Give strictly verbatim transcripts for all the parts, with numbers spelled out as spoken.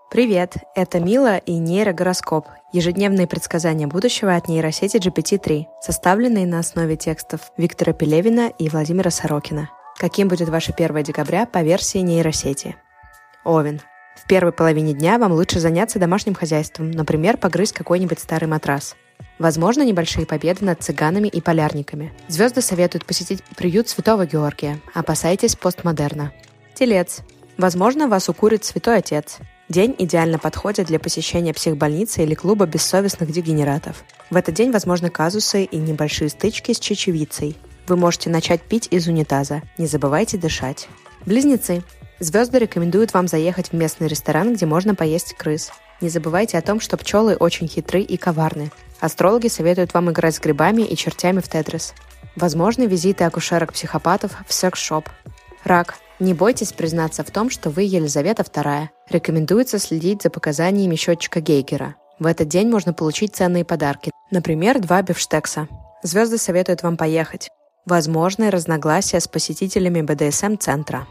Привет, это Мила и нейрогороскоп. Ежедневные предсказания будущего от нейросети джи пи ти три, составленные на основе текстов Виктора Пелевина и Владимира Сорокина. Каким будет ваше первое декабря по версии нейросети? Овен. В первой половине дня вам лучше заняться домашним хозяйством, например, погрызть какой-нибудь старый матрас. Возможно, небольшие победы над цыганами и полярниками. Звезды советуют посетить приют Святого Георгия. Опасайтесь постмодерна. Телец. Возможно, вас укурит Святой Отец. День идеально подходит для посещения психбольницы или клуба бессовестных дегенератов. В этот день возможны казусы и небольшие стычки с чечевицей. Вы можете начать пить из унитаза. Не забывайте дышать. Близнецы. Звезды рекомендуют вам заехать в местный ресторан, где можно поесть крыс. Не забывайте о том, что пчелы очень хитры и коварны. Астрологи советуют вам играть с грибами и чертями в тетрис. Возможны визиты акушерок-психопатов в секс-шоп. Рак. Не бойтесь признаться в том, что вы Елизавета вторая. Рекомендуется следить за показаниями счетчика Гейгера. В этот день можно получить ценные подарки, например, два бифштекса. Звезды советуют вам поехать. Возможны разногласия с посетителями бэ дэ эс эм-центра.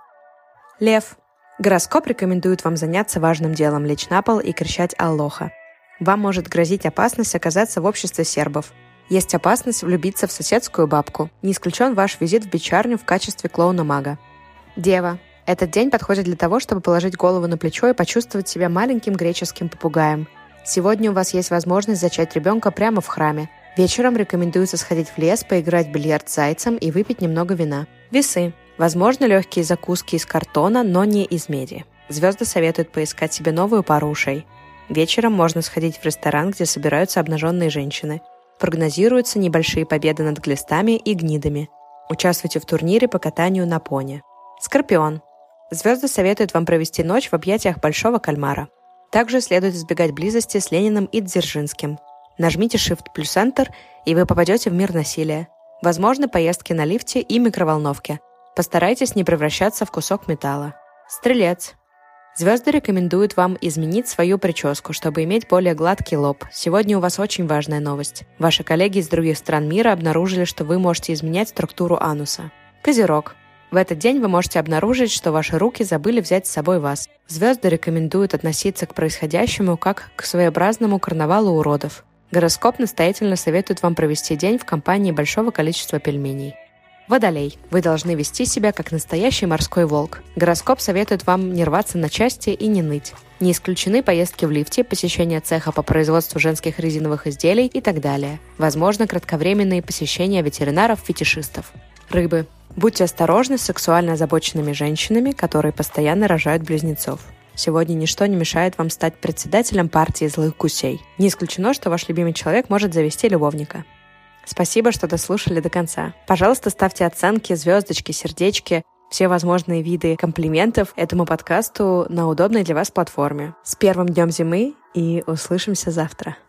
Лев. Гороскоп рекомендует вам заняться важным делом, лечь на пол и кричать «Аллоха». Вам может грозить опасность оказаться в обществе сербов. Есть опасность влюбиться в соседскую бабку. Не исключен ваш визит в бичарню в качестве клоуна-мага. Дева. Этот день подходит для того, чтобы положить голову на плечо и почувствовать себя маленьким греческим попугаем. Сегодня у вас есть возможность зачать ребенка прямо в храме. Вечером рекомендуется сходить в лес, поиграть в бильярд с зайцем и выпить немного вина. Весы. Возможно, легкие закуски из картона, но не из меди. Звезды советуют поискать себе новую пару ушей. Вечером можно сходить в ресторан, где собираются обнаженные женщины. Прогнозируются небольшие победы над глистами и гнидами. Участвуйте в турнире по катанию на пони. Скорпион. Звезды советуют вам провести ночь в объятиях большого кальмара. Также следует избегать близости с Лениным и Дзержинским. Нажмите Shift плюс Enter, и вы попадете в мир насилия. Возможны поездки на лифте и микроволновке. Постарайтесь не превращаться в кусок металла. Стрелец. Звезды рекомендуют вам изменить свою прическу, чтобы иметь более гладкий лоб. Сегодня у вас очень важная новость. Ваши коллеги из других стран мира обнаружили, что вы можете изменять структуру ануса. Козерог. В этот день вы можете обнаружить, что ваши руки забыли взять с собой вас. Звезды рекомендуют относиться к происходящему как к своеобразному карнавалу уродов. Гороскоп настоятельно советует вам провести день в компании большого количества пельменей. Водолей. Вы должны вести себя как настоящий морской волк. Гороскоп советует вам не рваться на части и не ныть. Не исключены поездки в лифте, посещение цеха по производству женских резиновых изделий и так далее. Возможно, кратковременные посещения ветеринаров-фетишистов. Рыбы. Будьте осторожны с сексуально озабоченными женщинами, которые постоянно рожают близнецов. Сегодня ничто не мешает вам стать председателем партии злых гусей. Не исключено, что ваш любимый человек может завести любовника. Спасибо, что дослушали до конца. Пожалуйста, ставьте оценки, звездочки, сердечки, все возможные виды комплиментов этому подкасту на удобной для вас платформе. С первым днем зимы и услышимся завтра.